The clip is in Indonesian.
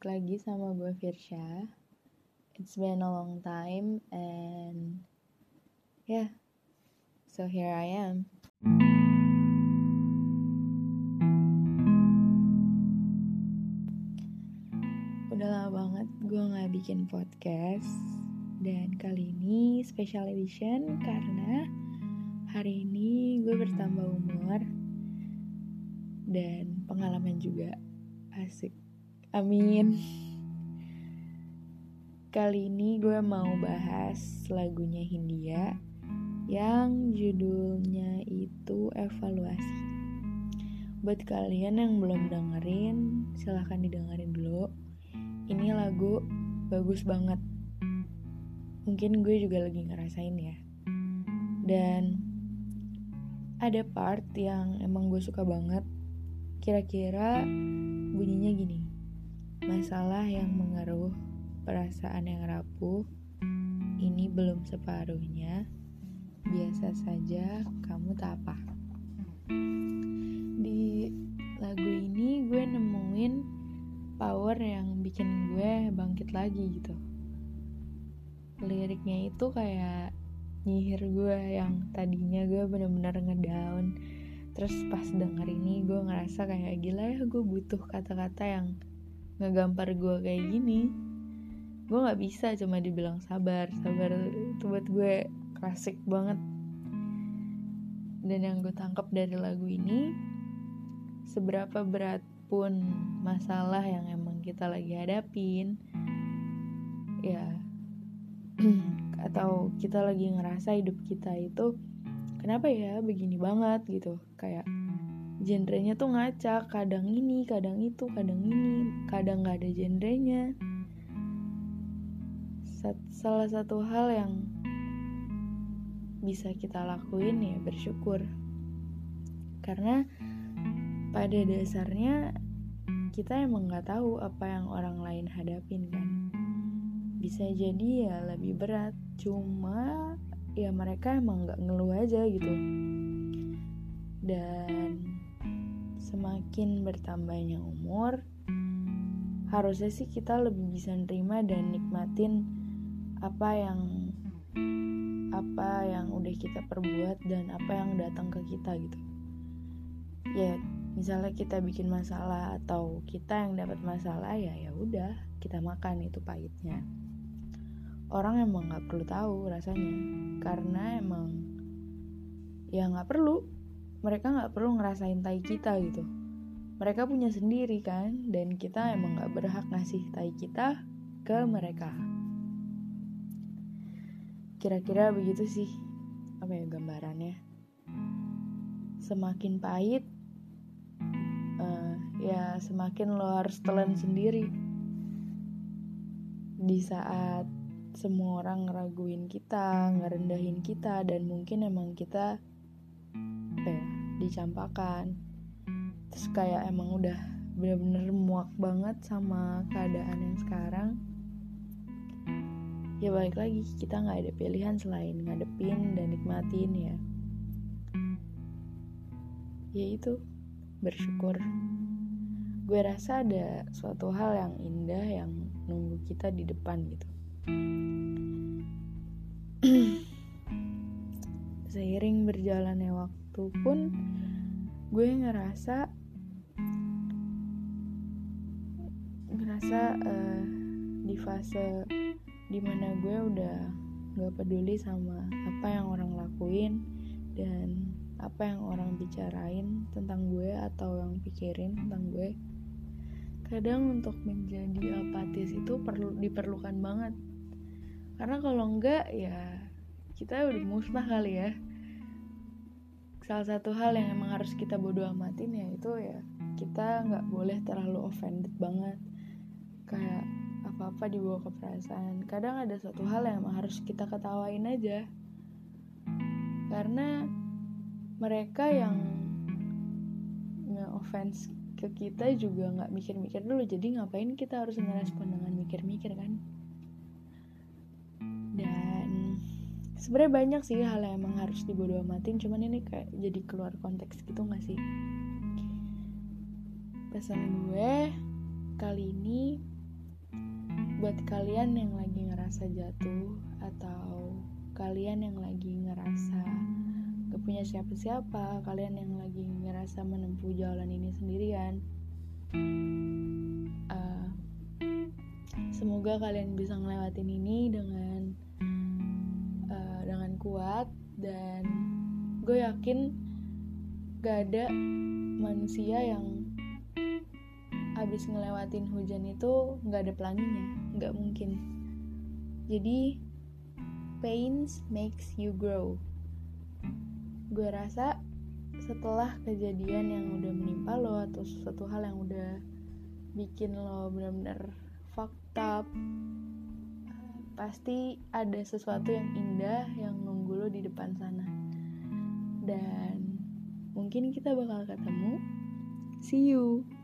balik lagi sama gue Firsha. It's been a long time and so here I am. Udah lama banget gue gak bikin podcast. Dan kali ini special edition karena hari ini gue bertambah umur dan pengalaman juga. Asik. Amin. Kali ini gue mau bahas lagunya Hindia yang judulnya itu Evaluasi. Buat kalian yang belum dengerin, silahkan didengerin dulu. Ini lagu bagus banget. Mungkin gue juga lagi ngerasain ya. Dan ada part yang emang gue suka banget. Kira-kira bunyinya gini. Masalah yang mengeruh, perasaan yang rapuh, ini belum separuhnya. Biasa saja, kamu tak apa. Di lagu ini gue nemuin power yang bikin gue bangkit lagi gitu. Liriknya itu kayak nyihir gue yang tadinya gue bener-bener ngedown. Terus pas denger ini gue ngerasa kayak gila ya, gue butuh kata-kata yang ngegampar gue kayak gini. Gue gak bisa cuma dibilang sabar itu buat gue klasik banget. Dan yang gue tangkap dari lagu ini, seberapa berat pun masalah yang emang kita lagi hadapin, ya atau kita lagi ngerasa hidup kita itu kenapa ya begini banget gitu, kayak genrenya tuh ngacak, kadang ini, kadang itu, kadang ini, kadang gak ada genrenya. Salah satu hal yang bisa kita lakuin ya bersyukur, karena pada dasarnya kita emang gak tahu apa yang orang lain hadapin kan. Bisa jadi ya lebih berat, cuma ya mereka emang gak ngeluh aja gitu. Dan semakin bertambahnya umur, harusnya sih kita lebih bisa nerima dan nikmatin apa yang udah kita perbuat dan apa yang datang ke kita gitu. Ya misalnya kita bikin masalah atau kita yang dapat masalah, ya udah kita makan itu pahitnya. Orang emang nggak perlu tahu rasanya, karena emang ya nggak perlu. Mereka nggak perlu ngerasain tai kita gitu. Mereka punya sendiri kan, dan kita emang nggak berhak ngasih tai kita ke mereka. Kira-kira begitu sih gambarannya. Semakin pahit, ya semakin lo harus telan sendiri. Di saat semua orang ngeraguin kita, ngerendahin kita, dan mungkin emang kita dicampakan. Terus kayak emang udah bener-bener muak banget sama keadaan yang sekarang. Ya balik lagi, kita gak ada pilihan selain ngadepin dan nikmatin ya. Ya itu, bersyukur. Gue rasa ada suatu hal yang indah yang nunggu kita di depan gitu. Seiring berjalannya waktu pun gue ngerasa di fase dimana gue udah gak peduli sama apa yang orang lakuin dan apa yang orang bicarain tentang gue atau yang pikirin tentang gue. Kadang untuk menjadi apatis itu diperlukan banget, karena kalau enggak ya kita udah musnah kali ya. Salah satu hal yang emang harus kita bodo amatin ya itu ya kita gak boleh terlalu offended banget, kayak apa-apa dibawa ke perasaan. Kadang ada suatu hal yang emang harus kita ketawain aja, karena mereka yang nge-offense ke kita juga gak mikir-mikir dulu. Jadi ngapain kita harus ngerespon dengan mikir-mikir kan. Dan sebenarnya banyak sih hal yang emang harus dibodo amatin, cuman ini kayak jadi keluar konteks gitu gak sih. Pesan gue kali ini buat kalian yang lagi ngerasa jatuh, atau kalian yang lagi ngerasa gak punya siapa-siapa, kalian yang lagi ngerasa menempuh jalan ini sendirian, semoga kalian bisa ngelewatin ini dengan kuat. Dan gue yakin gak ada manusia yang abis ngelewatin hujan itu gak ada pelanginya, gak mungkin. Jadi pains makes you grow. Gue rasa setelah kejadian yang udah menimpa lo, atau suatu hal yang udah bikin lo benar-benar fucked up, pasti ada sesuatu yang indah yang nunggu lo di depan sana. Dan mungkin kita bakal ketemu. See you.